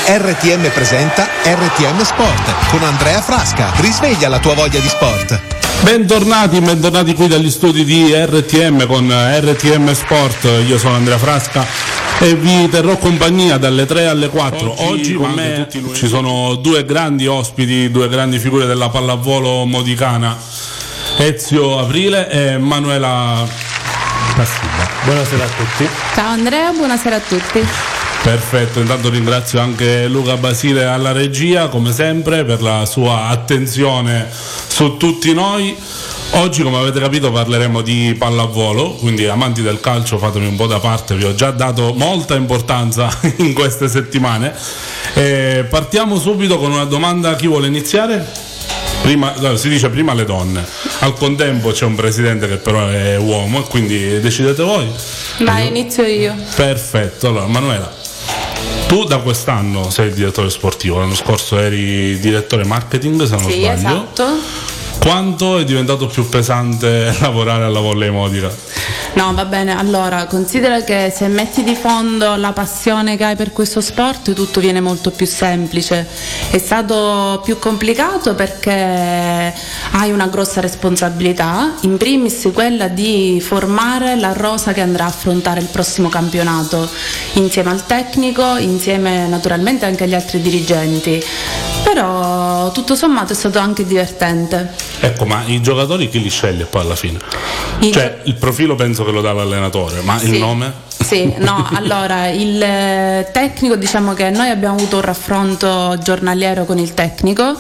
RTM presenta RTM Sport con Andrea Frasca. Risveglia la tua voglia di sport. Bentornati qui dagli studi di RTM con RTM Sport. Io sono Andrea Frasca e vi terrò compagnia dalle 3 alle 4. Oggi con me ci sono due grandi ospiti, due grandi figure della pallavolo modicana, Ezio Aprile e Manuela Castiglia. Buonasera a tutti. Ciao Andrea, buonasera a tutti. Perfetto, intanto ringrazio anche Luca Basile alla regia, come sempre, per la sua attenzione su tutti noi. Oggi, come avete capito, parleremo di pallavolo, quindi amanti del calcio fatemi un po' da parte, vi ho già dato molta importanza in queste settimane. Partiamo subito con una domanda: chi vuole iniziare? Si dice prima le donne, al contempo c'è un presidente che però è uomo e quindi decidete voi. Vai, inizio io. Perfetto, allora Manuela, tu da quest'anno sei il direttore sportivo, l'anno scorso eri direttore marketing, se non sbaglio. Sì, esatto. Quanto è diventato più pesante lavorare alla Volley Modica? No, va bene, allora considera che se metti di fondo la passione che hai per questo sport tutto viene molto più semplice. È stato più complicato perché hai una grossa responsabilità, in primis quella di formare la rosa che andrà a affrontare il prossimo campionato, insieme al tecnico, insieme naturalmente anche agli altri dirigenti. Però tutto sommato è stato anche divertente. Ecco, ma i giocatori chi li sceglie poi alla fine? Cioè il profilo penso che lo dà l'allenatore, ma sì. Il nome? Sì, no, allora il tecnico, diciamo che noi abbiamo avuto un raffronto giornaliero con il tecnico,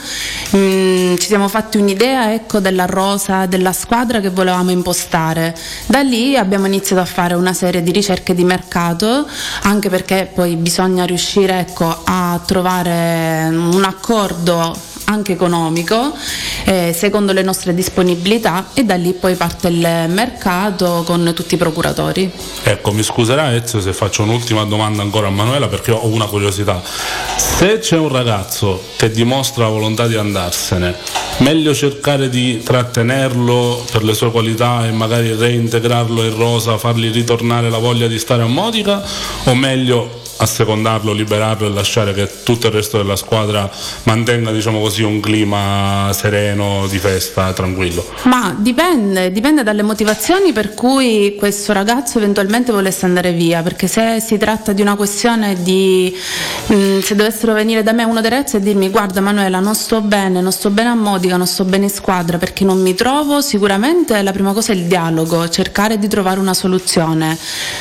ci siamo fatti un'idea, ecco, della rosa, della squadra che volevamo impostare. Da lì abbiamo iniziato a fare una serie di ricerche di mercato, anche perché poi bisogna riuscire, ecco, a trovare un accordo anche economico secondo le nostre disponibilità, e da lì poi parte il mercato con tutti i procuratori. Ecco, mi scuserà Ezio se faccio un'ultima domanda ancora a Manuela, perché ho una curiosità. Se c'è un ragazzo che dimostra la volontà di andarsene, meglio cercare di trattenerlo per le sue qualità e magari reintegrarlo in rosa, fargli ritornare la voglia di stare a Modica, o meglio assecondarlo, liberarlo e lasciare che tutto il resto della squadra mantenga, diciamo così, un clima sereno, di festa, tranquillo? Ma dipende dalle motivazioni per cui questo ragazzo eventualmente volesse andare via, perché se si tratta di una questione di se dovessero venire da me uno dei ragazzi e dirmi: guarda Manuela, non sto bene a Modica, non sto bene in squadra perché non mi trovo, sicuramente la prima cosa è il dialogo, cercare di trovare una soluzione.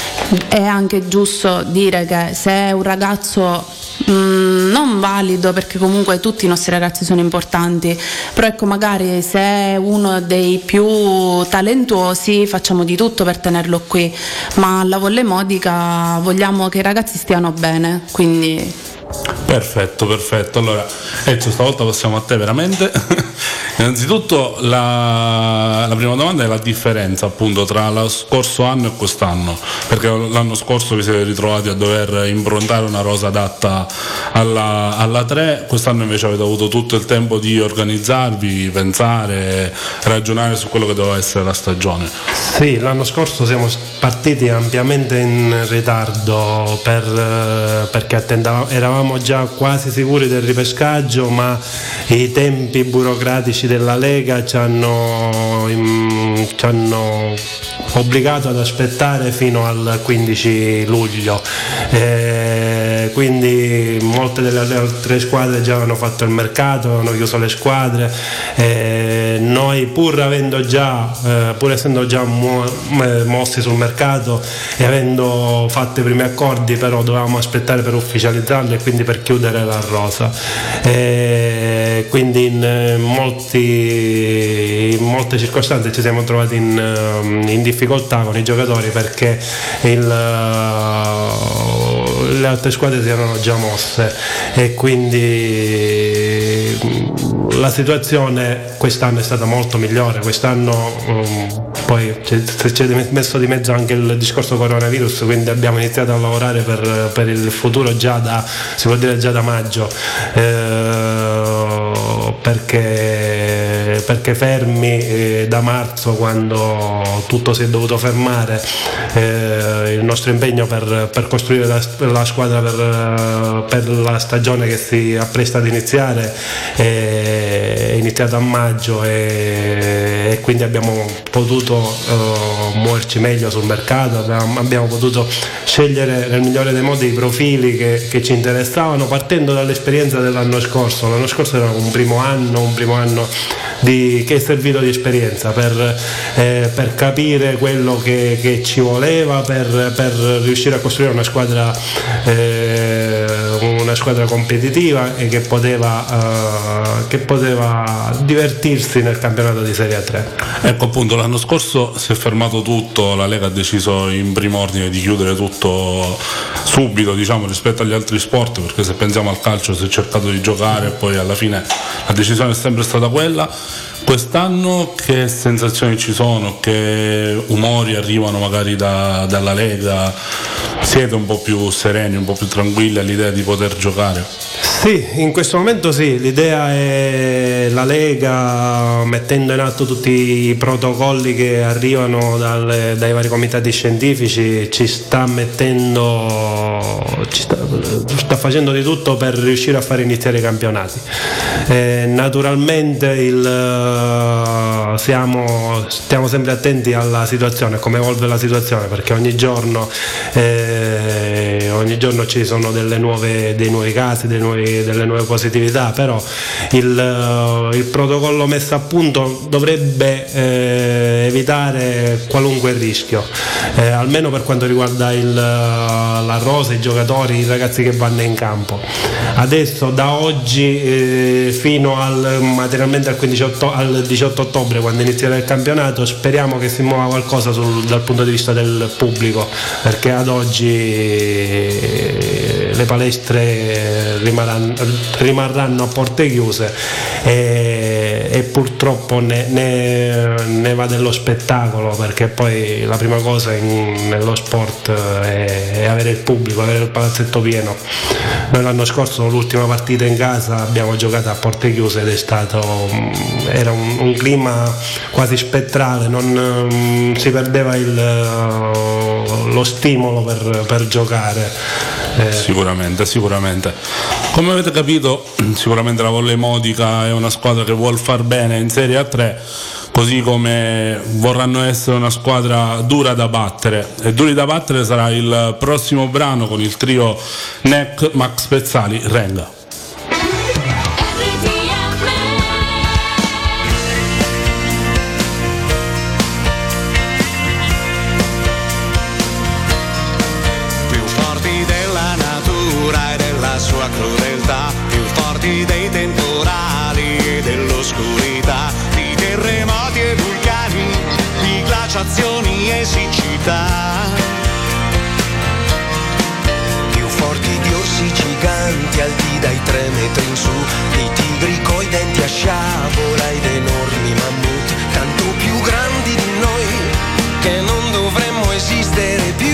È anche giusto dire che se è un ragazzo non valido, perché comunque tutti i nostri ragazzi sono importanti, però ecco, magari se è uno dei più talentuosi facciamo di tutto per tenerlo qui, ma alla Volley Modica vogliamo che i ragazzi stiano bene, quindi Perfetto. Allora Ezio, stavolta passiamo a te veramente. Innanzitutto la prima domanda è la differenza appunto tra lo scorso anno e quest'anno, perché l'anno scorso vi siete ritrovati a dover improntare una rosa adatta alla 3, quest'anno invece avete avuto tutto il tempo di organizzarvi, pensare, ragionare su quello che doveva essere la stagione. Sì, l'anno scorso siamo partiti ampiamente in ritardo perché eravamo già quasi sicuri del ripescaggio, ma i tempi burocratici della Lega ci hanno obbligato ad aspettare fino al 15 luglio. Quindi molte delle altre squadre già avevano fatto il mercato, avevano chiuso le squadre. Noi pur essendo già mossi sul mercato e avendo fatto i primi accordi, però dovevamo aspettare per ufficializzarli e quindi per chiudere la rosa. Quindi in molte circostanze ci siamo trovati in difficoltà con i giocatori, perché le altre squadre si erano già mosse, e quindi la situazione quest'anno è stata molto migliore. Quest'anno poi c'è messo di mezzo anche il discorso coronavirus, quindi abbiamo iniziato a lavorare per il futuro si può dire già da maggio, perché fermi da marzo, quando tutto si è dovuto fermare, il nostro impegno per costruire la squadra per la stagione che si appresta ad iniziare è iniziata a maggio e quindi abbiamo potuto muoverci meglio sul mercato, abbiamo potuto scegliere nel migliore dei modi i profili che ci interessavano, partendo dall'esperienza dell'anno scorso. L'anno scorso era un primo anno che è servito di esperienza per capire quello che ci voleva, per riuscire a costruire una squadra competitiva e che poteva divertirsi nel campionato di Serie A3. Ecco, appunto, l'anno scorso si è fermato tutto, la Lega ha deciso in primo ordine di chiudere tutto subito, diciamo, rispetto agli altri sport, perché se pensiamo al calcio si è cercato di giocare e poi alla fine la decisione è sempre stata quella. Quest'anno che sensazioni ci sono, che umori arrivano magari dalla Lega? Siete un po' più sereni, un po' più tranquilli all'idea di poter giocare? Sì, in questo momento sì, l'idea è la Lega, mettendo in atto tutti i protocolli che arrivano dai vari comitati scientifici, sta facendo di tutto per riuscire a far iniziare i campionati. Naturalmente stiamo sempre attenti alla situazione, come evolve la situazione, perché ogni giorno ci sono dei nuovi casi, delle nuove positività, però il protocollo messo a punto dovrebbe evitare qualunque rischio, almeno per quanto riguarda la rosa, i giocatori, i ragazzi che vanno in campo. Adesso da oggi fino materialmente al 18 ottobre, quando inizierà il campionato, speriamo che si muova qualcosa dal punto di vista del pubblico, perché ad oggi le palestre rimarranno a porte chiuse e purtroppo ne va dello spettacolo, perché poi la prima cosa nello sport è avere il pubblico, avere il palazzetto pieno. Noi l'anno scorso l'ultima partita in casa abbiamo giocato a porte chiuse ed era un clima quasi spettrale, non si perdeva lo stimolo per giocare. Sicuramente. Come avete capito, sicuramente la Volley Modica è una squadra che vuol far bene in Serie A3, così come vorranno essere una squadra dura da battere, e duri da battere sarà il prossimo brano con il trio NEC, Max Pezzali, Renga. Sua crudeltà, più forti dei temporali e dell'oscurità, di terremoti e vulcani, di glaciazioni e siccità, più forti di orsi giganti alti dai 3 metri in su, di tigri coi denti a sciabola ed enormi mammut, tanto più grandi di noi che non dovremmo esistere più.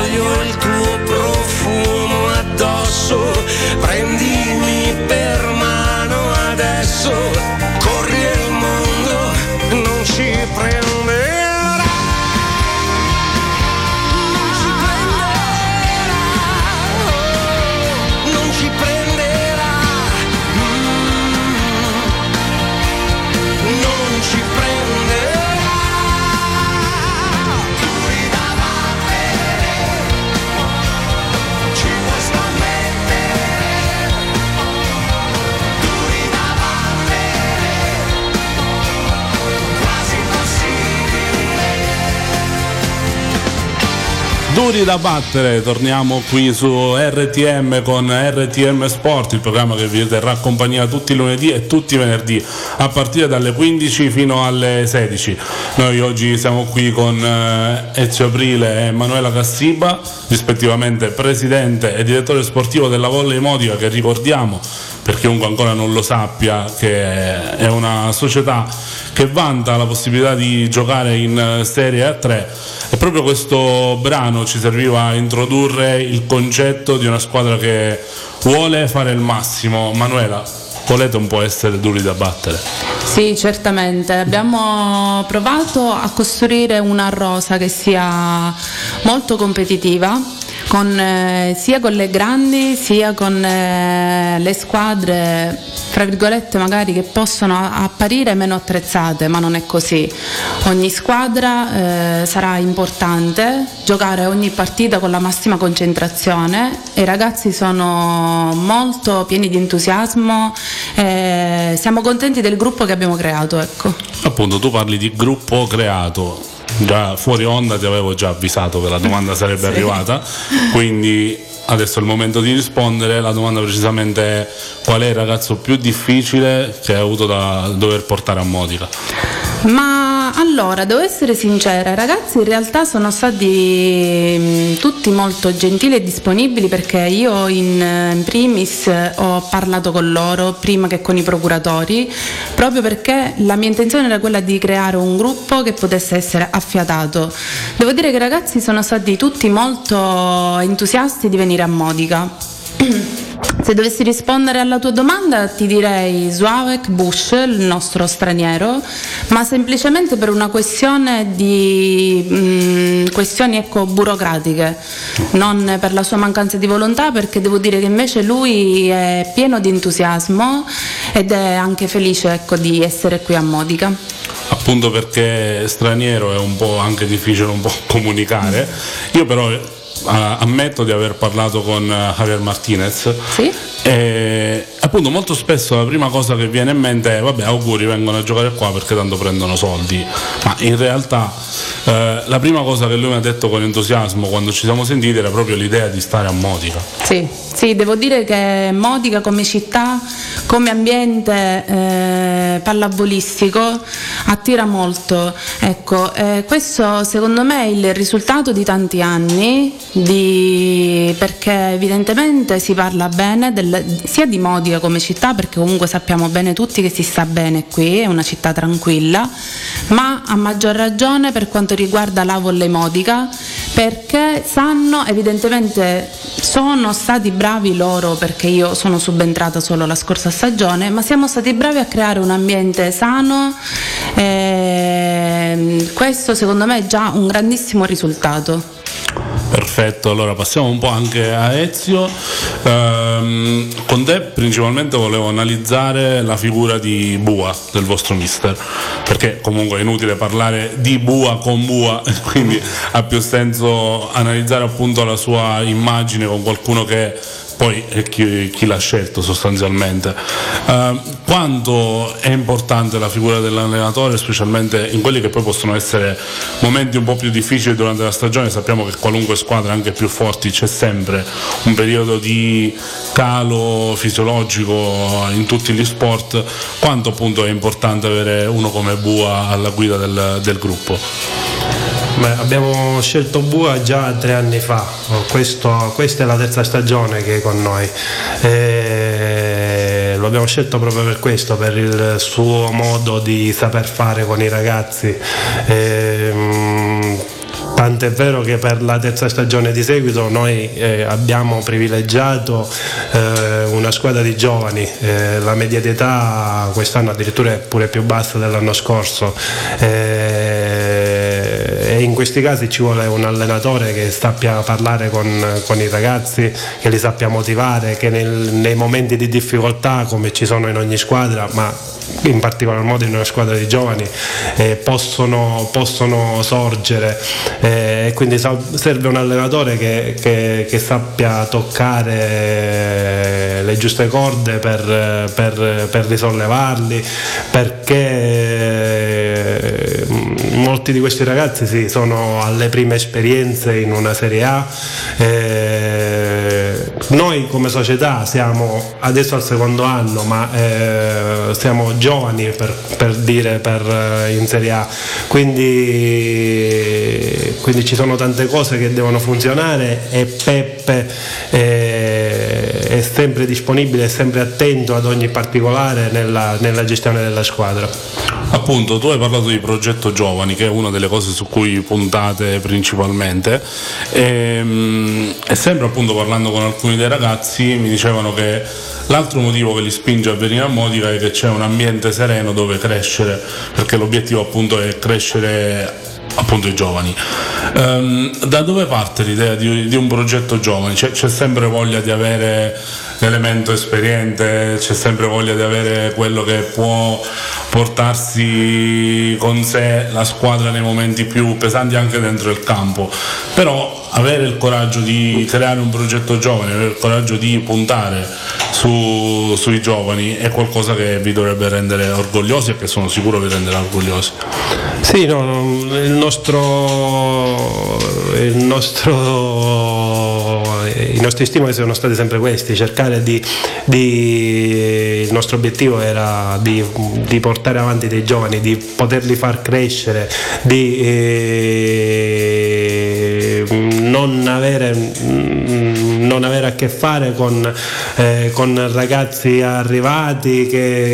voglio il tuo profumo addosso, prendimi per mano adesso, corri il mondo, non ci prenderà. Duri da battere, torniamo qui su RTM con RTM Sport, il programma che vi terrà compagnia tutti i lunedì e tutti i venerdì a partire dalle 15 fino alle 16. Noi oggi siamo qui con Ezio Aprile e Manuela Cassiba, rispettivamente presidente e direttore sportivo della Volley Modica, che ricordiamo, per chiunque ancora non lo sappia, che è una società che vanta la possibilità di giocare in Serie A3, e proprio questo brano ci serviva a introdurre il concetto di una squadra che vuole fare il massimo. Manuela, volete un po' essere duri da battere? Sì, certamente. Abbiamo provato a costruire una rosa che sia molto competitiva, sia con le grandi sia con le squadre, fra virgolette, magari che possono apparire meno attrezzate, ma non è così. Ogni squadra sarà importante, giocare ogni partita con la massima concentrazione, e i ragazzi sono molto pieni di entusiasmo, siamo contenti del gruppo che abbiamo creato, ecco. Appunto, tu parli di gruppo creato. Già fuori onda ti avevo già avvisato che la domanda sarebbe arrivata, quindi adesso è il momento di rispondere. La domanda precisamente è: qual è il ragazzo più difficile che hai avuto da dover portare a Modica? Ma allora, devo essere sincera, i ragazzi in realtà sono stati tutti molto gentili e disponibili, perché io in primis ho parlato con loro prima che con i procuratori, proprio perché la mia intenzione era quella di creare un gruppo che potesse essere affiatato. Devo dire che i ragazzi sono stati tutti molto entusiasti di venire a Modica. Se dovessi rispondere alla tua domanda ti direi Sławek Bush, il nostro straniero, ma semplicemente per una questione di questioni burocratiche, non per la sua mancanza di volontà, perché devo dire che invece lui è pieno di entusiasmo ed è anche felice, di essere qui a Modica. Appunto perché straniero è un po' anche difficile un po' comunicare. Io però ammetto di aver parlato con Javier Martinez. Sì? E appunto molto spesso la prima cosa che viene in mente è: vabbè, auguri, vengono a giocare qua perché tanto prendono soldi. Ma in realtà la prima cosa che lui mi ha detto con entusiasmo quando ci siamo sentiti era proprio l'idea di stare a Modica. Sì, devo dire che Modica come città, come ambiente pallavolistico attira molto. Ecco, questo secondo me è il risultato di tanti anni, perché evidentemente si parla bene sia di Modica come città, perché comunque sappiamo bene tutti che si sta bene qui, è una città tranquilla, ma a maggior ragione per quanto riguarda la Volley Modica, perché sanno, evidentemente sono stati bravi loro, perché io sono subentrata solo la scorsa stagione, ma siamo stati bravi a creare un ambiente sano, questo secondo me è già un grandissimo risultato. Perfetto, allora passiamo un po' anche a Ezio. Con te principalmente volevo analizzare la figura di Bua, del vostro mister, perché comunque è inutile parlare di Bua con Bua, quindi ha più senso analizzare appunto la sua immagine con qualcuno che poi è chi l'ha scelto sostanzialmente. Quanto è importante la figura dell'allenatore, specialmente in quelli che poi possono essere momenti un po' più difficili durante la stagione? Sappiamo che qualunque squadra, anche più forti, c'è sempre un periodo di calo fisiologico in tutti gli sport. Quanto appunto è importante avere uno come Bua alla guida del gruppo? Abbiamo scelto Bua già 3 anni fa, questa è la terza stagione che è con noi, lo abbiamo scelto proprio per questo, per il suo modo di saper fare con i ragazzi. Tant'è vero che per la terza stagione di seguito noi abbiamo privilegiato una squadra di giovani, la media di età quest'anno addirittura è pure più bassa dell'anno scorso, e in questi casi ci vuole un allenatore che sappia parlare con i ragazzi, che li sappia motivare, che nei momenti di difficoltà, come ci sono in ogni squadra, ma in particolar modo in una squadra di giovani, possono sorgere, e quindi serve un allenatore che sappia toccare le giuste corde per risollevarli, perché molti di questi ragazzi sono alle prime esperienze in una Serie A. Noi come società siamo adesso al secondo anno, ma siamo giovani in Serie A, quindi ci sono tante cose che devono funzionare, e Peppe è sempre disponibile, è sempre attento ad ogni particolare nella gestione della squadra. Appunto, tu hai parlato di progetto giovani, che è una delle cose su cui puntate principalmente, e sempre appunto parlando con alcuni dei ragazzi mi dicevano che l'altro motivo che li spinge a venire a Modica è che c'è un ambiente sereno dove crescere, perché l'obiettivo appunto è crescere appunto i giovani. Da dove parte l'idea di un progetto giovani? C'è sempre voglia di avere l'elemento esperiente, c'è sempre voglia di avere quello che può portarsi con sé la squadra nei momenti più pesanti anche dentro il campo, però avere il coraggio di creare un progetto giovane, avere il coraggio di puntare sui giovani è qualcosa che vi dovrebbe rendere orgogliosi e che sono sicuro vi renderà orgogliosi. Sì, i nostri stimoli sono stati sempre questi: cercare il nostro obiettivo era di portare avanti dei giovani, di poterli far crescere, di non avere a che fare con ragazzi arrivati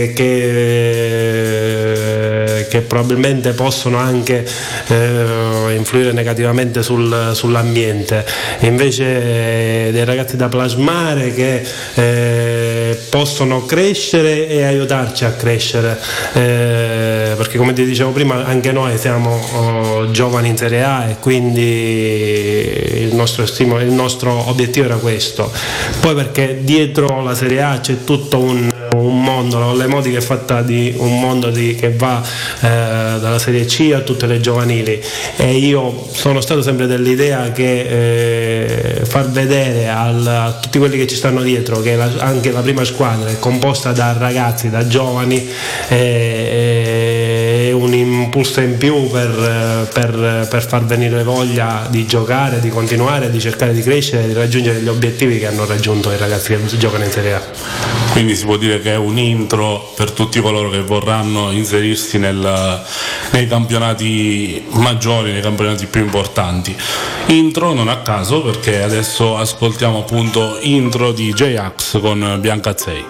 che probabilmente possono anche influire negativamente sull'ambiente, invece dei ragazzi da plasmare che possono crescere e aiutarci a crescere, perché come ti dicevo prima anche noi siamo giovani in Serie A, e quindi il nostro obiettivo era questo. Poi perché dietro la Serie A c'è tutto un mondo, l'Emodica è fatta di un mondo che va dalla Serie C a tutte le giovanili, e io sono stato sempre dell'idea che far vedere a tutti quelli che ci stanno dietro che anche la prima squadra è composta da ragazzi, da giovani, è un impulso in più per far venire voglia di giocare, di continuare, di cercare di crescere, di raggiungere gli obiettivi che hanno raggiunto i ragazzi che giocano in Serie A. Quindi si può dire che è un intro per tutti coloro che vorranno inserirsi nei campionati maggiori, nei campionati più importanti. Intro non a caso, perché adesso ascoltiamo appunto intro di J-Ax con Biancazzei.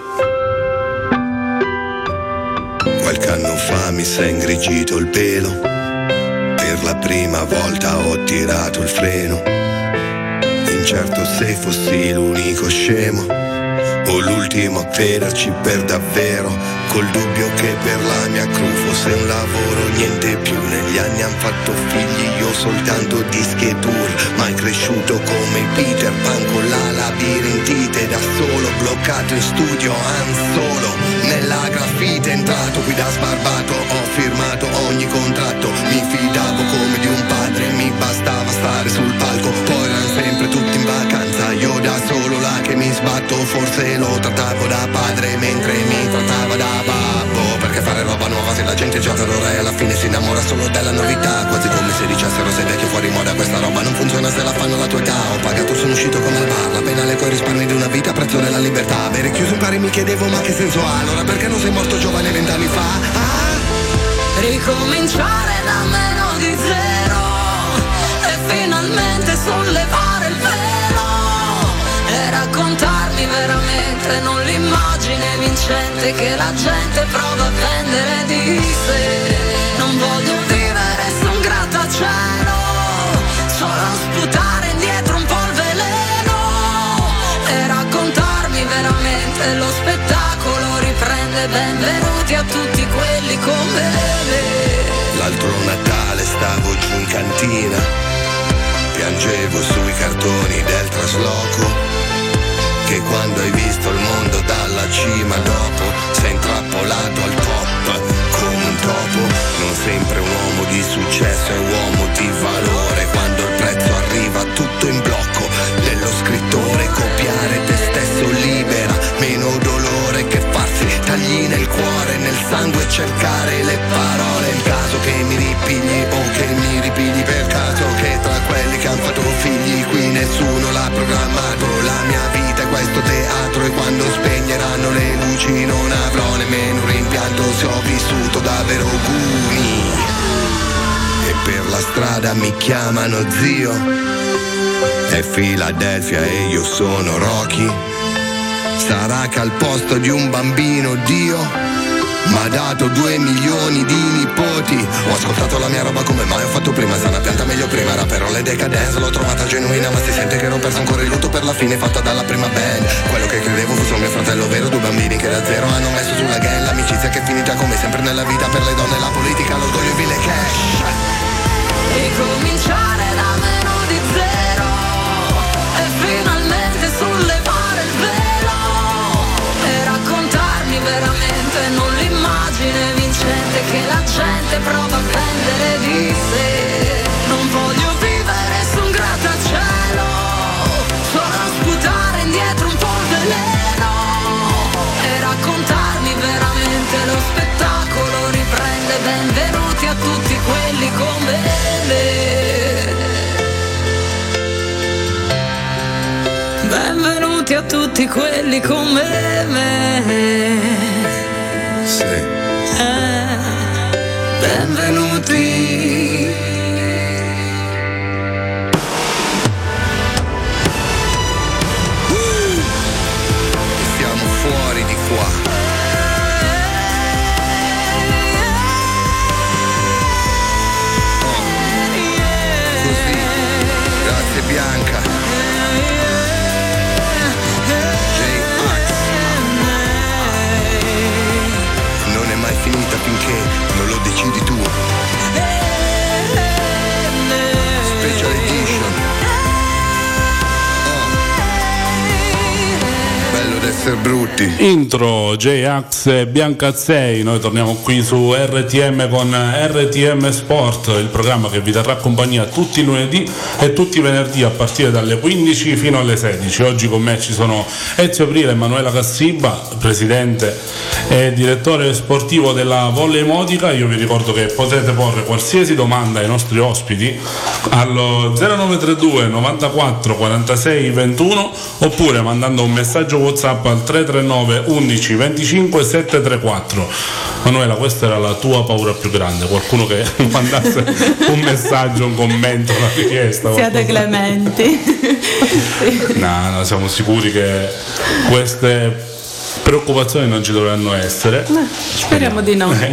Qualche anno fa mi s'è ingrigito il pelo, per la prima volta ho tirato il freno, incerto se fossi l'unico scemo o l'ultimo a crederci per davvero, col dubbio che per la mia crew fosse un lavoro, niente più. Negli anni han fatto figli, io soltanto dischi e tour, mai cresciuto come Peter Pan con la labirintite, da solo, bloccato in studio, solo nella grafite, entrato qui da sbarbato, ho firmato ogni contratto, mi fidavo come di un padre, mi bastava stare sul palco, poi erano sempre tutti in vacanza, io da solo là che mi sbatto, forse lo trattavo da padre mentre mi trattava da babbo, perché fare roba nuova se la gente gioca allora e alla fine si innamora solo della novità, quasi come se dicessero sei vecchio fuori moda, questa roba non funziona se la fanno alla tua età, ho pagato, sono uscito come al bar, la penale coi risparmi di una vita, prezzo della libertà, avere chiuso un pari mi chiedevo ma che senso ha, allora perché non sei morto giovane 20 anni fa? Ricominciare da meno di zero e finalmente sollevare il velo e raccontarmi veramente, non l'immagine vincente che la gente prova a vendere di sé. Non voglio vivere su un grattacielo riprende. Benvenuti a tutti quelli come me. L'altro Natale stavo giù in cantina, piangevo sui cartoni del trasloco, che quando hai visto il mondo dalla cima dopo sei intrappolato al top come un topo. Non sempre un uomo di successo è uomo di valore, quando il prezzo arriva tutto in blocco dello scrittore. Copiare te stesso libera meno dolore che farsi tagli nel cuore, nel sangue, cercare le parole. In caso che mi ripigli o che mi ripigli per caso, che tra quelli che han fatto figli qui nessuno l'ha programmato. La mia vita è questo teatro e quando spegneranno le luci non avrò nemmeno un rimpianto se ho vissuto davvero guni. E per la strada mi chiamano zio, è Philadelphia e io sono Rocky. Sarà che al posto di un bambino Dio m'ha dato 2 milioni di nipoti. Ho ascoltato la mia roba come mai ho fatto prima, sa una pianta meglio prima, rapperò le decadence, l'ho trovata genuina, ma si sente che ero perso ancora il lutto per la fine fatta dalla prima band. Quello che credevo fosse mio fratello vero, 2 bambini che da zero hanno messo sulla gang. L'amicizia che è finita come sempre nella vita, per le donne la politica, l'orgoglio vile cash. E cominciare da meno di zero e finalmente sollevare il velo e raccontarmi veramente non l'immagine vincente che la gente prova a vendere di sé. Non voglio vivere su un grattacielo, solo sputare indietro un po' il veleno e raccontarmi veramente lo spettacolo riprende. Benvenuti a tutti quelli come me. Benvenuti a tutti quelli come me. Sì. Benvenuti. Siamo fuori di qua. Così. Grazie Bianca. J-Ax. Non è mai finita finché non lo decidi tu. Special edition. Bello d'essere brutti. Intro J-Ax e Biancazzei. Noi torniamo qui su RTM con RTM Sport, il programma che vi terrà compagnia tutti i lunedì e tutti i venerdì a partire dalle 15 fino alle 16. Oggi con me ci sono Ezio Aprile e Manuela Cassiba, presidente e direttore sportivo della Volley Modica. Io vi ricordo che potete porre qualsiasi domanda ai nostri ospiti allo 0932 94 46 21 oppure mandando un messaggio WhatsApp al 339 11 25 734. Manuela, questa era la tua paura più grande? Qualcuno che mandasse un messaggio, un commento, una richiesta? Siate clementi. No, siamo sicuri che queste preoccupazioni non ci dovranno essere. Speriamo di no.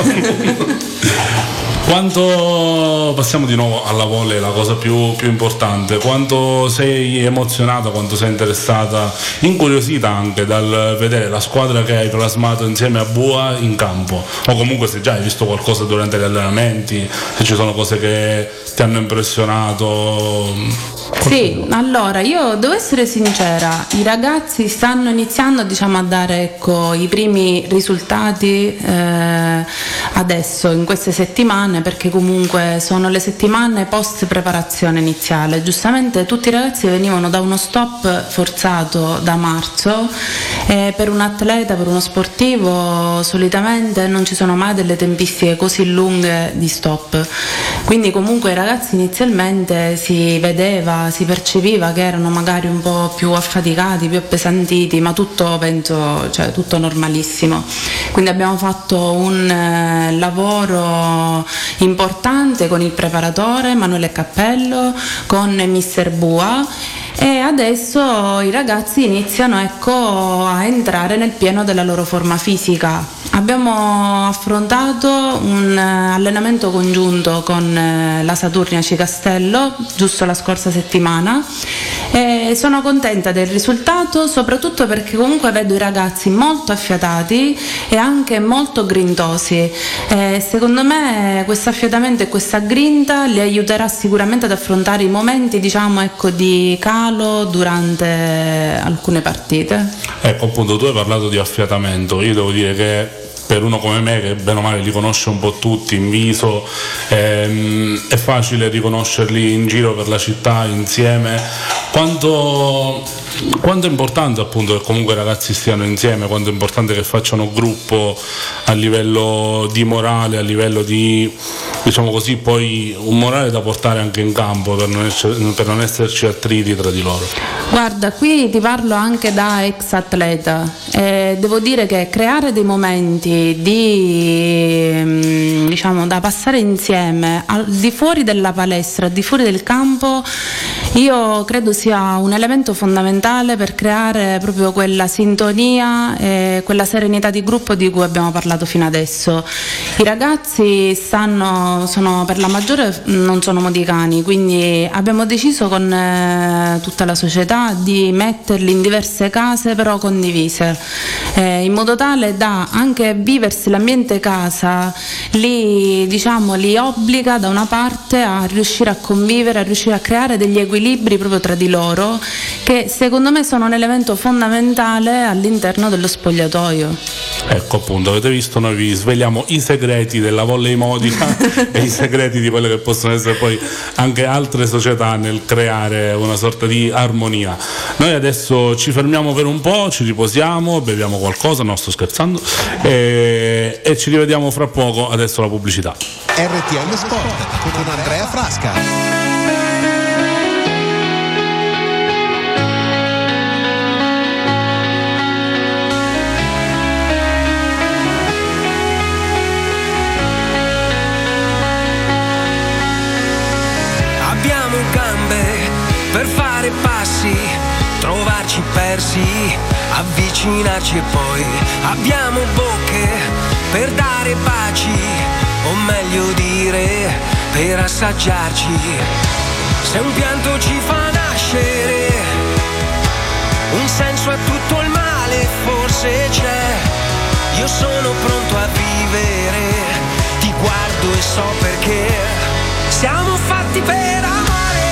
Quanto passiamo di nuovo alla volley, la cosa più importante, quanto sei emozionata, quanto sei interessata, incuriosita anche dal vedere la squadra che hai plasmato insieme a Bua in campo, o comunque se già hai visto qualcosa durante gli allenamenti, se ci sono cose che ti hanno impressionato. Sì, allora io devo essere sincera, i ragazzi stanno iniziando a dare i primi risultati adesso in queste settimane, perché comunque sono le settimane post preparazione iniziale. Giustamente tutti i ragazzi venivano da uno stop forzato da marzo e per un atleta, per uno sportivo solitamente non ci sono mai delle tempistiche così lunghe di stop, quindi comunque i ragazzi inizialmente si vedeva, si percepiva che erano magari un po' più affaticati, più appesantiti, ma tutto penso, tutto normalissimo. Quindi abbiamo fatto un lavoro importante con il preparatore Emanuele Cappello, con mister Bua, e adesso i ragazzi iniziano a entrare nel pieno della loro forma fisica. Abbiamo affrontato un allenamento congiunto con la Saturnia Cicastello giusto la scorsa settimana e sono contenta del risultato, soprattutto perché comunque vedo i ragazzi molto affiatati e anche molto grintosi. Secondo me questo affiatamento e questa grinta li aiuterà sicuramente ad affrontare i momenti, diciamo, ecco, di calo durante alcune partite. Ecco, appunto, tu hai parlato di affiatamento. Io devo dire che per uno come me, che bene o male li conosce un po' tutti in viso, è facile riconoscerli in giro per la città insieme. Quanto è importante, appunto, che comunque i ragazzi stiano insieme, quanto è importante che facciano gruppo a livello di morale, a livello di, diciamo così, poi un morale da portare anche in campo per non esserci attriti tra di loro. Guarda, qui ti parlo anche da ex atleta. Devo dire che creare dei momenti di, diciamo, da passare insieme al di fuori della palestra, al di fuori del campo, io credo sia un elemento fondamentale per creare proprio quella sintonia e quella serenità di gruppo di cui abbiamo parlato fino adesso. I ragazzi sono per la maggiore non sono modicani, quindi abbiamo deciso con tutta la società di metterli in diverse case però condivise, in modo tale da anche viversi l'ambiente casa li obbliga da una parte a riuscire a convivere, a riuscire a creare degli equilibri proprio tra di loro, che secondo me sono un elemento fondamentale all'interno dello spogliatoio. Ecco, appunto, avete visto, noi vi svegliamo i segreti della volley modica e i segreti di quelle che possono essere poi anche altre società nel creare una sorta di armonia. Noi adesso ci fermiamo per un po', ci riposiamo, beviamo qualcosa, no, sto scherzando, e ci rivediamo fra poco. Adesso la pubblicità. RTM Sport con Andrea Frasca. Per fare passi, trovarci persi, avvicinarci e poi abbiamo bocche per dare baci, o meglio dire per assaggiarci. Se un pianto ci fa nascere, un senso a tutto il male forse c'è. Io sono pronto a vivere, ti guardo e so perché siamo fatti per amare.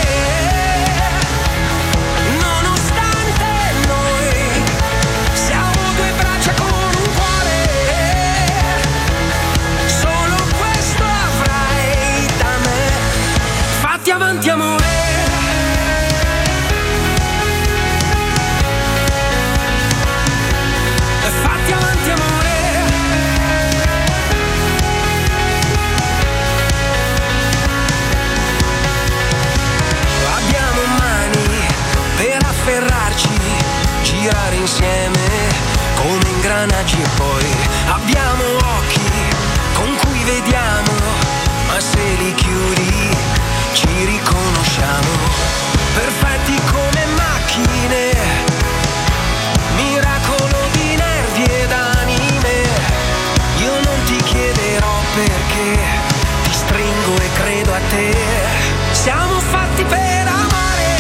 Avanti amore, fatti avanti amore, abbiamo mani per afferrarci, girare insieme come ingranaggi e poi abbiamo occhi con cui vediamo, ma se li chiudi ci riconosciamo, perfetti come macchine, miracolo di nervi ed anime. Io non ti chiederò perché, ti stringo e credo a te. Siamo fatti per amare,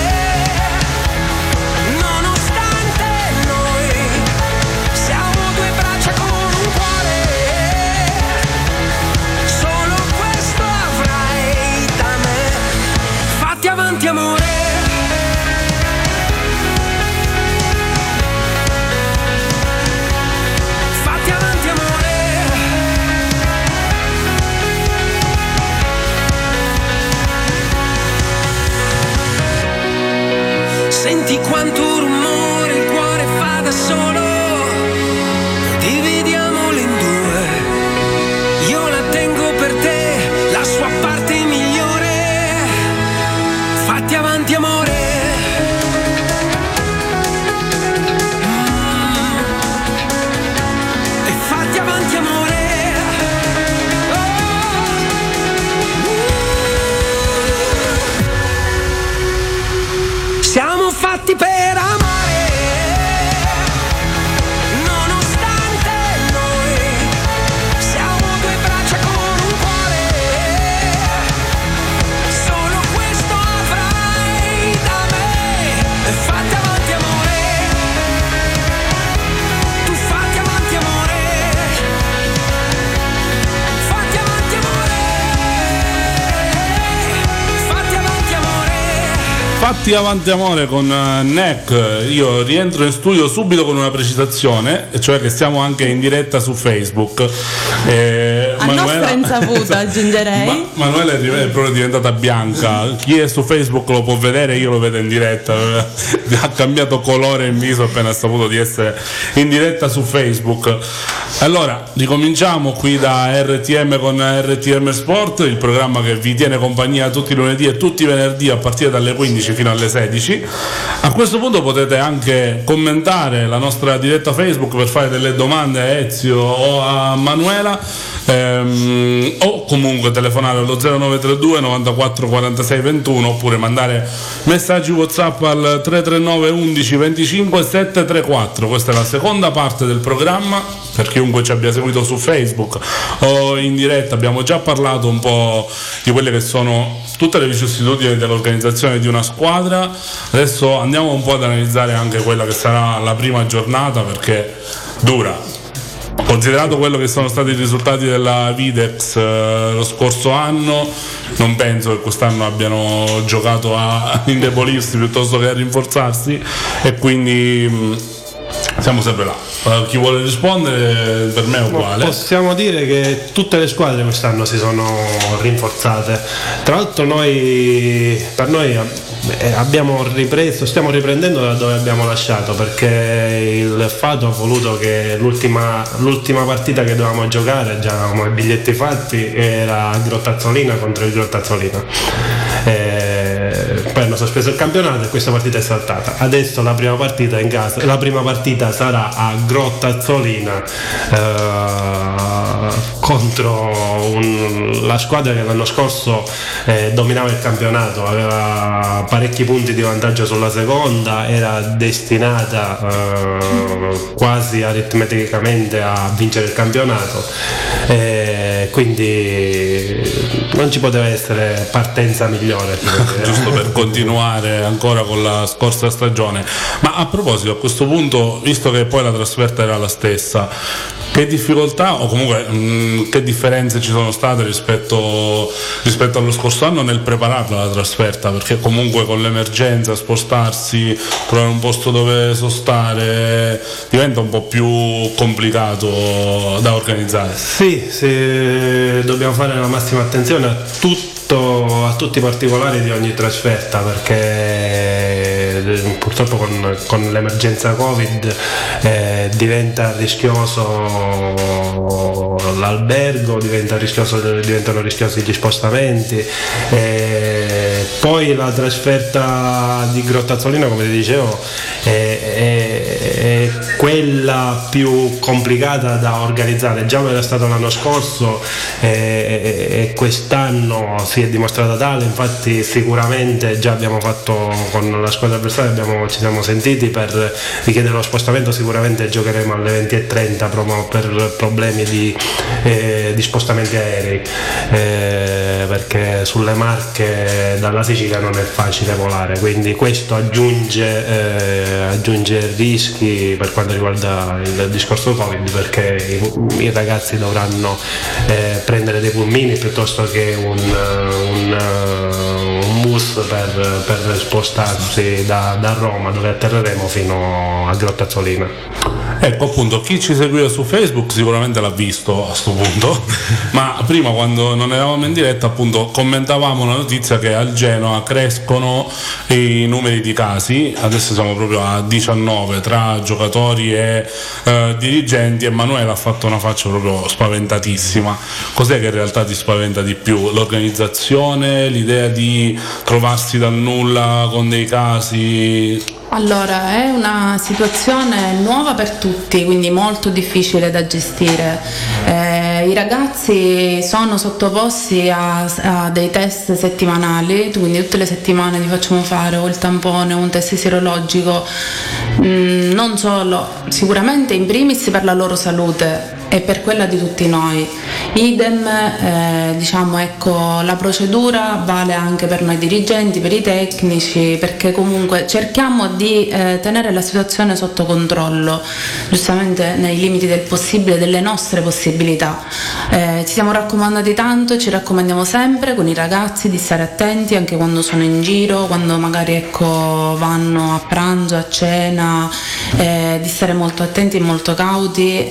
nonostante noi siamo due braccia con un cuore. Solo questo avrai da me. Fatti avanti amore. Fatti avanti amore. Senti quanto rumore il cuore fa da solo, dividiamolo in due. Io la tengo per te, la sua parte migliore. Fatti avanti amore. E fatti avanti amore. Siamo fatti per amare, nonostante noi Fatti avanti amore con NEC. Io rientro in studio subito con una precisazione, cioè che siamo anche in diretta su Facebook. A nostra insaputa, aggiungerei. Manuela è proprio diventata bianca. Chi è su Facebook lo può vedere, io lo vedo in diretta. Ha cambiato colore in viso appena saputo di essere in diretta su Facebook. Allora, ricominciamo qui da RTM con RTM Sport, il programma che vi tiene compagnia tutti i lunedì e tutti i venerdì a partire dalle 15 fino alle 16. A questo punto potete anche commentare la nostra diretta Facebook per fare delle domande a Ezio o a Manuela, o comunque telefonare allo 0932 94 46 21 oppure mandare messaggi WhatsApp al 339 11 25 734. Questa è la seconda parte del programma. Per chiunque ci abbia seguito su Facebook o in diretta, abbiamo già parlato un po' di quelle che sono tutte le vicissitudini dell'organizzazione di una squadra. Adesso andiamo un po' ad analizzare anche quella che sarà la prima giornata, perché dura. Considerato quello che sono stati i risultati della Videx lo scorso anno, non penso che quest'anno abbiano giocato a indebolirsi piuttosto che a rinforzarsi, e quindi siamo sempre là. Chi vuole rispondere, per me è uguale. Possiamo dire che tutte le squadre quest'anno si sono rinforzate. Tra l'altro per noi stiamo riprendendo da dove abbiamo lasciato, perché il Fato ha voluto che l'ultima partita che dovevamo giocare, già avevamo i biglietti fatti, era Grottazzolina contro il Grottazzolina. Poi hanno sospeso il campionato e questa partita è saltata. Adesso la prima partita sarà a Grottazzolina contro la squadra che l'anno scorso dominava il campionato, aveva parecchi punti di vantaggio sulla seconda, era destinata quasi aritmeticamente a vincere il campionato, quindi non ci poteva essere partenza migliore. Giusto per continuare ancora con la scorsa stagione. Ma a proposito, a questo punto, visto che poi la trasferta era la stessa, che difficoltà o comunque che differenze ci sono state rispetto allo scorso anno nel prepararla la trasferta? Perché comunque con l'emergenza spostarsi, trovare un posto dove sostare diventa un po' più complicato da organizzare. Sì, dobbiamo fare la massima attenzione a tutti i particolari di ogni trasferta, perché purtroppo con l'emergenza Covid diventa rischioso l'albergo, diventano rischiosi gli spostamenti, poi la trasferta di Grottazzolina, come ti dicevo, è quella più complicata da organizzare. Già lo era stato l'anno scorso e quest'anno si è dimostrata tale. Infatti sicuramente già abbiamo fatto con la squadra avversaria, ci siamo sentiti per richiedere lo spostamento. Sicuramente giocheremo alle 20:30 proprio per problemi di spostamenti aerei, perché sulle Marche dalla Sicilia non è facile volare, quindi questo aggiunge rischi per quanto riguarda il discorso Covid, perché i ragazzi dovranno prendere dei pulmini piuttosto che un bus per spostarsi da Roma, dove atterreremo, fino a Grottazzolina. Ecco, appunto, chi ci seguiva su Facebook sicuramente l'ha visto a sto punto, ma prima, quando non eravamo in diretta, appunto commentavamo la notizia che al Genoa crescono i numeri di casi. Adesso siamo proprio a 19 tra giocatori e dirigenti, e Emanuele ha fatto una faccia proprio spaventatissima. Cos'è che in realtà ti spaventa di più? L'organizzazione, l'idea di trovarsi dal nulla con dei casi? Allora, è una situazione nuova per tutti, quindi molto difficile da gestire. I ragazzi sono sottoposti a dei test settimanali, quindi tutte le settimane li facciamo fare o il tampone o un test sierologico, non solo, sicuramente in primis per la loro salute, e per quella di tutti noi. Idem, diciamo, ecco, la procedura vale anche per noi dirigenti, per i tecnici, perché comunque cerchiamo di tenere la situazione sotto controllo, giustamente nei limiti del possibile, delle nostre possibilità. Ci siamo raccomandati tanto, ci raccomandiamo sempre con i ragazzi di stare attenti anche quando sono in giro, quando magari, ecco, vanno a pranzo, a cena, di stare molto attenti e molto cauti.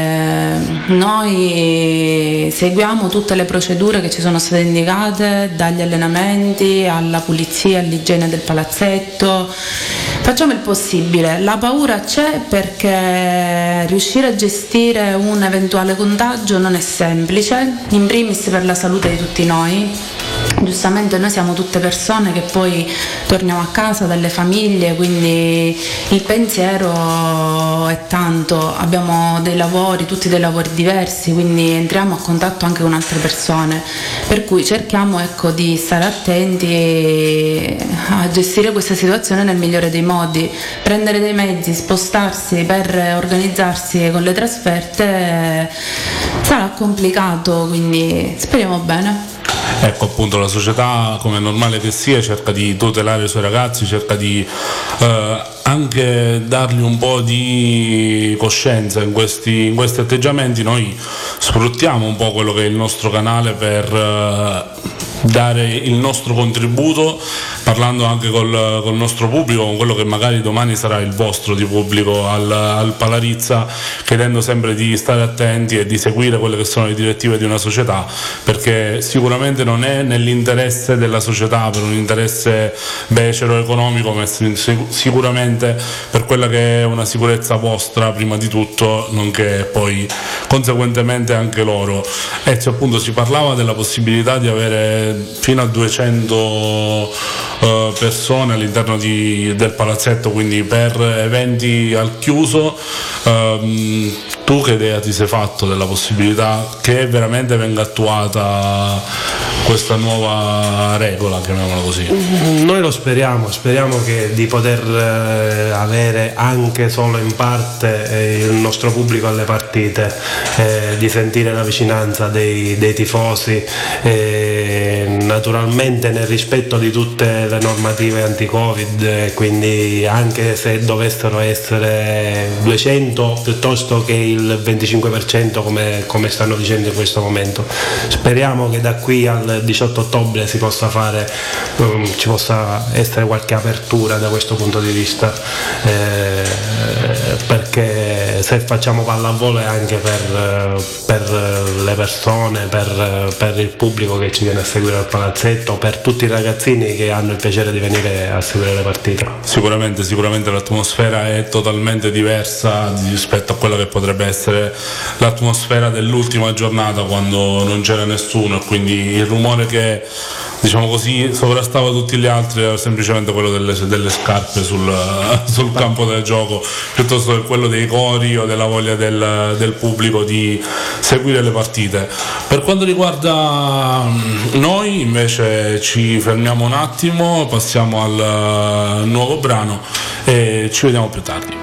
Noi seguiamo tutte le procedure che ci sono state indicate, dagli allenamenti alla pulizia, all'igiene del palazzetto. Facciamo il possibile, la paura c'è perché riuscire a gestire un eventuale contagio non è semplice, in primis per la salute di tutti noi. Giustamente noi siamo tutte persone che poi torniamo a casa dalle famiglie, quindi il pensiero è tanto, abbiamo dei lavori, tutti dei lavori diversi, quindi entriamo a contatto anche con altre persone, per cui cerchiamo, ecco, di stare attenti a gestire questa situazione nel migliore dei modi, prendere dei mezzi, spostarsi per organizzarsi con le trasferte sarà complicato, quindi speriamo bene. Ecco, appunto, la società, come è normale che sia, cerca di tutelare i suoi ragazzi, cerca di anche dargli un po' di coscienza in questi atteggiamenti. Noi sfruttiamo un po' quello che è il nostro canale per dare il nostro contributo, parlando anche col nostro pubblico, con quello che magari domani sarà il vostro di pubblico al Palarizza, chiedendo sempre di stare attenti e di seguire quelle che sono le direttive di una società, perché sicuramente non è nell'interesse della società per un interesse becero economico, ma sicuramente per quella che è una sicurezza vostra prima di tutto, nonché poi conseguentemente anche loro. E appunto si parlava della possibilità di avere fino a 200 persone all'interno del palazzetto, quindi per eventi al chiuso. Tu che idea ti sei fatto della possibilità che veramente venga attuata questa nuova regola, chiamiamola così? Noi lo speriamo di poter avere anche solo in parte il nostro pubblico alle partite, di sentire la vicinanza dei tifosi, naturalmente nel rispetto di tutte le normative anti-Covid, quindi anche se dovessero essere 200 piuttosto che il 25% come stanno dicendo in questo momento. Speriamo che da qui al 18 ottobre ci possa essere qualche apertura da questo punto di vista, perché se facciamo pallavolo è anche per le persone, per il pubblico che ci viene a seguire al palazzetto, per tutti i ragazzini che hanno il piacere di venire a seguire le partite. Sicuramente l'atmosfera è totalmente diversa rispetto a quella che potrebbe essere l'atmosfera dell'ultima giornata, quando non c'era nessuno, e quindi il rumore che, diciamo così, sovrastava tutti gli altri era semplicemente quello delle scarpe sul campo del gioco, piuttosto che quello dei cori o della voglia del pubblico di seguire le partite. Per quanto riguarda noi invece ci fermiamo un attimo, passiamo al nuovo brano e ci vediamo più tardi.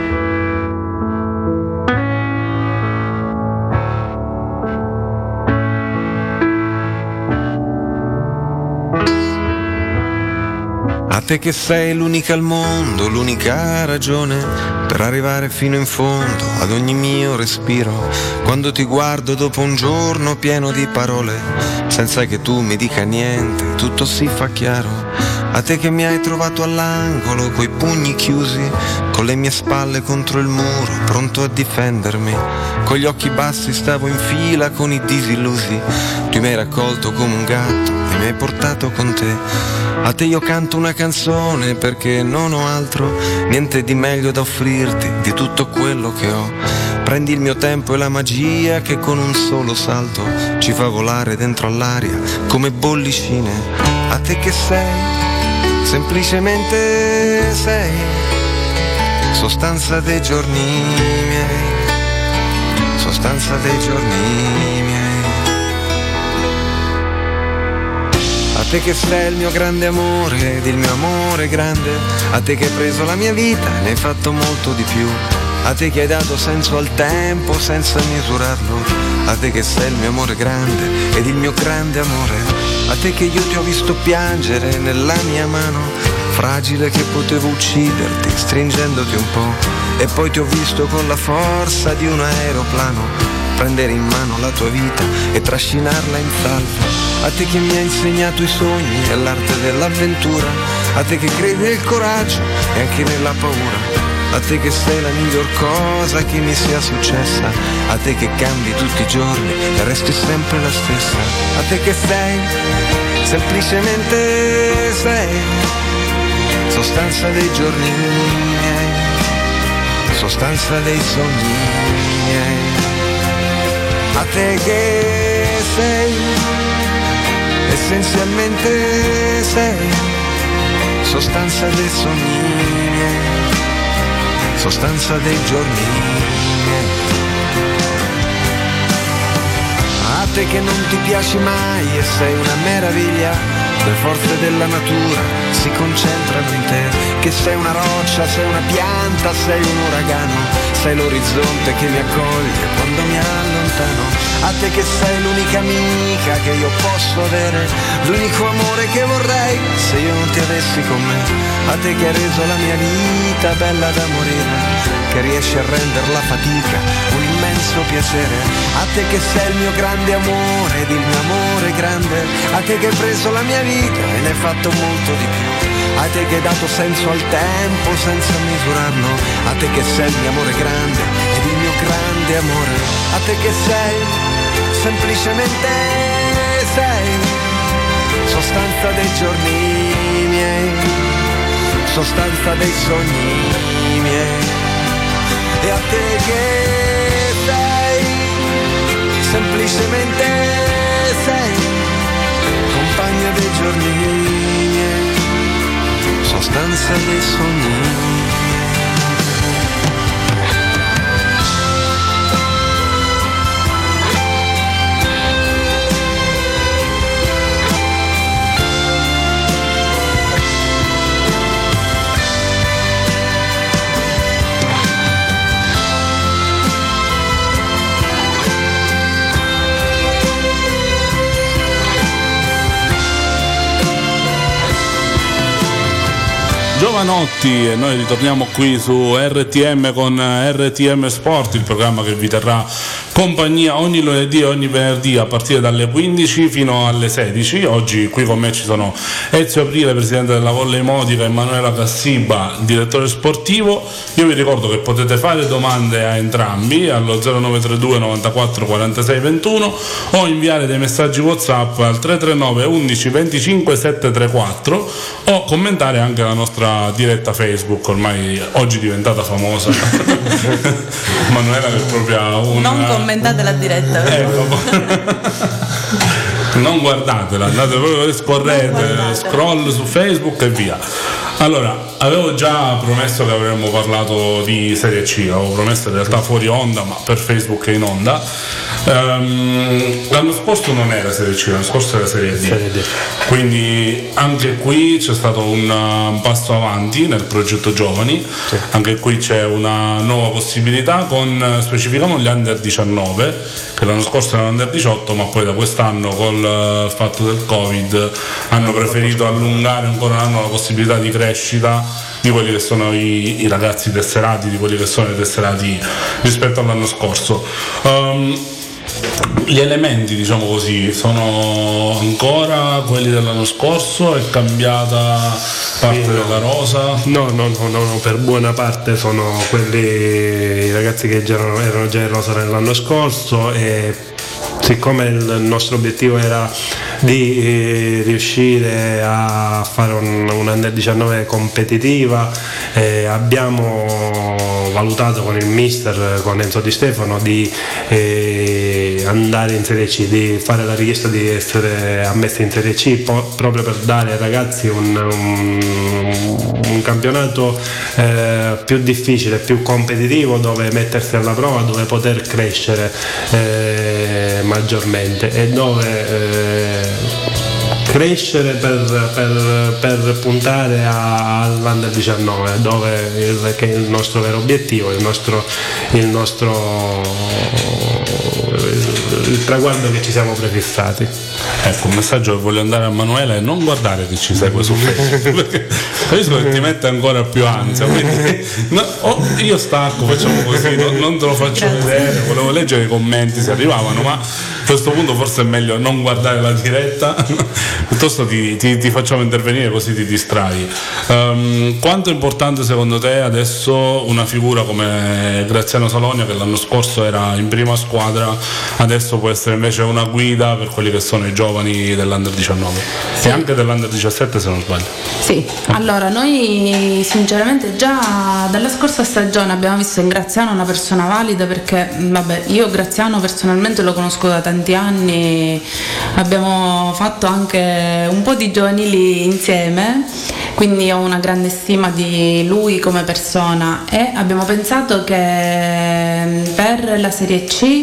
A te che sei l'unica al mondo, l'unica ragione per arrivare fino in fondo ad ogni mio respiro. Quando ti guardo dopo un giorno pieno di parole, senza che tu mi dica niente, tutto si fa chiaro. A te che mi hai trovato all'angolo, coi pugni chiusi, con le mie spalle contro il muro, pronto a difendermi. Con gli occhi bassi stavo in fila con i disillusi. Tu mi hai raccolto come un gatto e mi hai portato con te. A te io canto una canzone perché non ho altro, niente di meglio da offrirti di tutto quello che ho. Prendi il mio tempo e la magia che con un solo salto ci fa volare dentro all'aria come bollicine. A te che sei, semplicemente sei, sostanza dei giorni miei, sostanza dei giorni miei. A te che sei il mio grande amore ed il mio amore grande, a te che hai preso la mia vita e ne hai fatto molto di più. a te che hai dato senso al tempo senza misurarlo, a te che sei il mio amore grande ed il mio grande amore, a te che io ti ho visto piangere nella mia mano, fragile che potevo ucciderti stringendoti un po', e poi ti ho visto con la forza di un aeroplano prendere in mano la tua vita e trascinarla in salvo, a te che mi hai insegnato i sogni e l'arte dell'avventura, a te che credi nel coraggio e anche nella paura, a te che sei la miglior cosa che mi sia successa, a te che cambi tutti i giorni e resti sempre la stessa, a te che sei, semplicemente sei, sostanza dei giorni miei, sostanza dei sogni miei, a te che sei, essenzialmente sei, sostanza dei sogni miei, sostanza dei giorni miei, a te che non ti piaci mai e sei una meraviglia, le forze della natura si concentrano in te, che sei una roccia, sei una pianta, sei un uragano, sei l'orizzonte che mi accoglie quando mi allontano, a te che sei l'unica amica che io posso avere, l'unico amore che vorrei se io non ti avessi con me, a te che hai reso la mia vita bella da morire, che riesci a rendere la fatica un immenso piacere, a te che sei il mio grande amore ed il mio amore grande, a te che hai preso la mia vita e ne hai fatto molto di più, a te che hai dato senso al tempo senza misurarlo, a te che sei il mio amore grande ed il mio grande amore, a te che sei, semplicemente sei, sostanza dei giorni miei, sostanza dei sogni miei, e a te che sei, semplicemente sei, compagna dei giorni miei, sostanza dei sogni miei. Giovanotti, e noi ritorniamo qui su RTM con RTM Sport, il programma che vi terrà compagnia ogni lunedì e ogni venerdì a partire dalle 15 fino alle 16. Oggi qui con me ci sono Ezio Aprile, presidente della Volley Modica, e Emanuela Cassiba, direttore sportivo. Io vi ricordo che potete fare domande a entrambi allo 0932 94 46 21 o inviare dei messaggi WhatsApp al 339 11 25 734 o commentare anche la nostra diretta Facebook, ormai oggi diventata famosa. Manuela che è proprio una... Non commentate la diretta. Non guardatela, andate proprio, scorrete, scroll su Facebook e via. Allora, avevo già promesso che avremmo parlato di Serie C, avevo promesso in realtà fuori onda, ma per Facebook è in onda. L'anno scorso non era Serie C, l'anno scorso era Serie D. Quindi anche qui c'è stato un passo avanti nel progetto giovani, sì. Anche qui c'è una nuova possibilità con, specifichiamo, gli under 19, che l'anno scorso erano under 18, ma poi da quest'anno col fatto del Covid hanno preferito allungare ancora un anno la possibilità di crescita di quelli che sono i ragazzi tesserati, di quelli che sono i tesserati rispetto all'anno scorso. Gli elementi, diciamo così, sono ancora quelli dell'anno scorso? È cambiata parte della rosa? No, per buona parte sono quelli, i ragazzi che erano già in rosa nell'anno scorso, e siccome il nostro obiettivo era di riuscire a fare un Under 19 competitiva, abbiamo valutato con il mister, con Enzo Di Stefano, di andare in Serie C, di fare la richiesta di essere ammessi in Serie C, proprio per dare ai ragazzi un campionato più difficile, più competitivo, dove mettersi alla prova, dove poter crescere maggiormente, e dove crescere per puntare all'Under 19, che è il nostro vero obiettivo, il traguardo che ci siamo prefissati. Ecco, un messaggio che voglio andare a Manuela è non guardare che ci segue su Facebook, perché capisco che ti mette ancora più ansia, quindi io stacco, facciamo così, non te lo faccio vedere, volevo leggere i commenti se arrivavano, ma a questo punto forse è meglio non guardare la diretta, piuttosto ti facciamo intervenire così ti distrai. Quanto è importante secondo te adesso una figura come Graziano Salonia, che l'anno scorso era in prima squadra, adesso può essere invece una guida per quelli che sono i giovani dell'Under 19 e anche dell'Under 17 se non sbaglio? Sì, allora noi sinceramente già dalla scorsa stagione abbiamo visto in Graziano una persona valida, perché io Graziano personalmente lo conosco da tanti anni, abbiamo fatto anche un po' di giovanili insieme, quindi ho una grande stima di lui come persona e abbiamo pensato che per la Serie C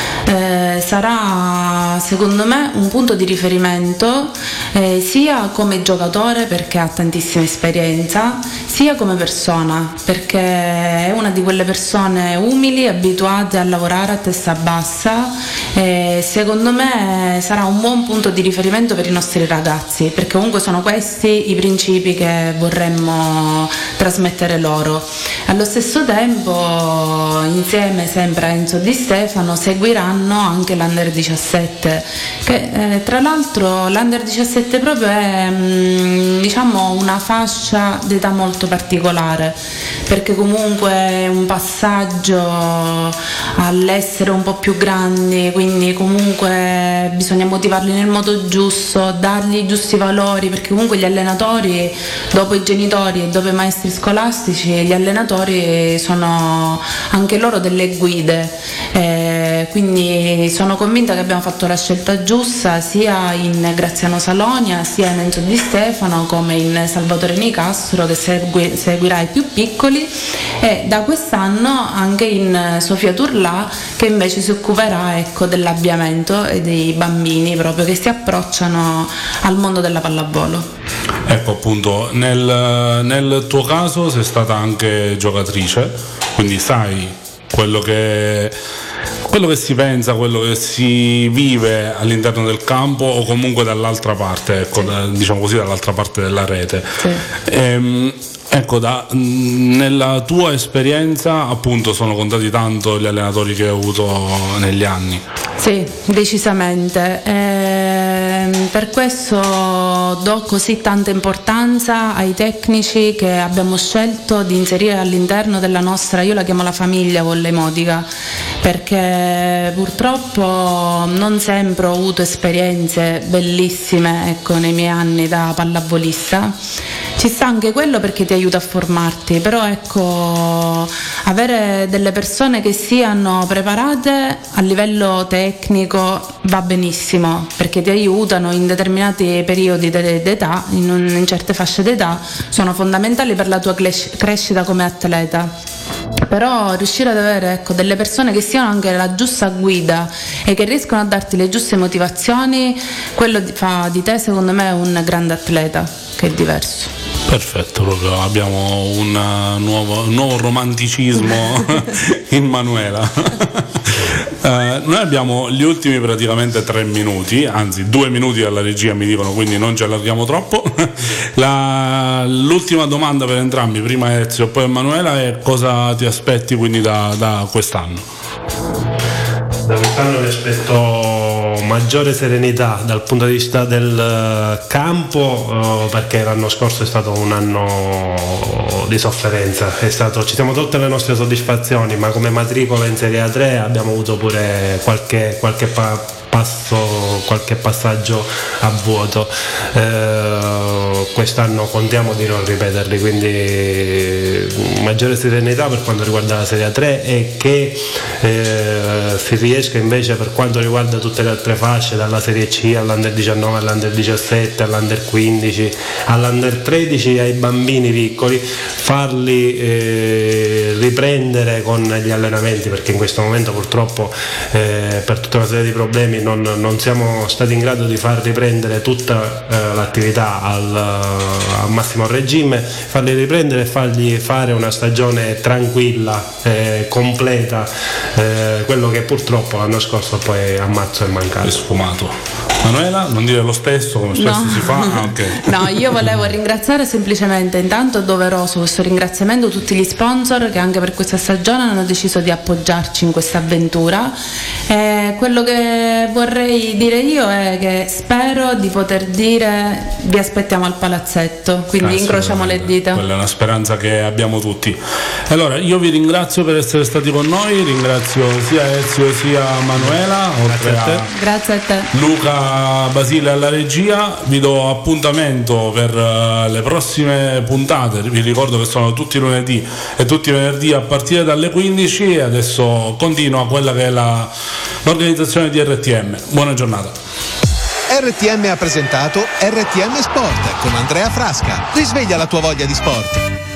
sarà secondo me un punto di riferimento sia come giocatore, perché ha tantissima esperienza, sia come persona, perché è una di quelle persone umili, abituate a lavorare a testa bassa, e secondo me sarà un buon punto di riferimento per i nostri ragazzi, perché comunque sono questi i principi che vorremmo trasmettere loro. Allo stesso tempo, insieme sempre a Enzo Di Stefano, seguiranno anche l'Under 17, che tra l'altro l'Under 17 proprio è diciamo una fascia d'età molto particolare, perché comunque è un passaggio all'essere un po' più grandi, quindi comunque bisogna motivarli nel modo giusto, dargli i giusti valori, perché comunque gli allenatori, dopo i genitori e dopo i maestri scolastici, gli allenatori sono anche loro delle guide, quindi sono convinta che abbiamo fatto la scelta giusta sia in Graziano Salonia sia in Enzo Di Stefano come in Salvatore Nicastro, che seguirà i più piccoli, e da quest'anno anche in Sofia Turlà, che invece si occuperà dell'avviamento e dei bambini proprio che si approcciano al mondo della pallavolo. Ecco, appunto, nel tuo caso sei stata anche giocatrice, quindi sai quello che si pensa, quello che si vive all'interno del campo o comunque dall'altra parte, diciamo così, dall'altra parte della rete. Sì. Nella tua esperienza appunto sono contati tanto gli allenatori che hai avuto negli anni? Sì, decisamente. Per questo do così tanta importanza ai tecnici che abbiamo scelto di inserire all'interno della nostra, io la chiamo la famiglia Vollemotica, perché purtroppo non sempre ho avuto esperienze bellissime nei miei anni da pallavolista. Ci sta anche quello perché ti aiuta a formarti, però avere delle persone che siano preparate a livello tecnico va benissimo, perché ti aiutano in determinati periodi d'età, in certe fasce d'età, sono fondamentali per la tua crescita come atleta. Però riuscire ad avere delle persone che siano anche la giusta guida e che riescono a darti le giuste motivazioni, quello fa di te secondo me un grande atleta, che è diverso. Perfetto, proprio abbiamo un nuovo romanticismo in Manuela. Noi abbiamo gli ultimi praticamente 3 minuti, anzi 2 minuti dalla regia mi dicono, quindi non ci allarghiamo troppo. L'ultima domanda per entrambi, prima Ezio e poi Emanuela, è cosa ti aspetti quindi da quest'anno? Da quest'anno mi aspetto maggiore serenità dal punto di vista del campo, perché l'anno scorso è stato un anno di sofferenza, ci siamo tolte le nostre soddisfazioni, ma come matricola in Serie A3 abbiamo avuto pure qualche passaggio a vuoto. Quest'anno contiamo di non ripeterli, quindi maggiore serenità per quanto riguarda la Serie A3 e che si riesca invece, per quanto riguarda tutte le altre fasce, dalla Serie C all'Under 19, all'Under 17, all'Under 15, all'Under 13, ai bambini piccoli, farli riprendere con gli allenamenti, perché in questo momento purtroppo per tutta una serie di problemi non siamo stati in grado di far riprendere tutta l'attività al massimo regime, farli riprendere e fargli fare una stagione tranquilla, completa, quello che purtroppo l'anno scorso poi a marzo è mancato. È sfumato. Manuela, non dire lo stesso come spesso si fa. Okay. No, io volevo ringraziare semplicemente, intanto è doveroso questo ringraziamento, tutti gli sponsor che anche per questa stagione hanno deciso di appoggiarci in questa avventura. Quello che vorrei dire io è che spero di poter dire vi aspettiamo al palazzetto, quindi incrociamo le dita. Quella è una speranza che abbiamo tutti. Allora io vi ringrazio per essere stati con noi, ringrazio sia Ezio sia Manuela, oltre grazie a te Luca Basile alla regia. Vi do appuntamento per le prossime puntate, vi ricordo che sono tutti lunedì e tutti i venerdì a partire dalle 15 e adesso continua quella che è l'organizzazione di RTM. Buona giornata. RTM ha presentato RTM Sport con Andrea Frasca. Risveglia la tua voglia di sport.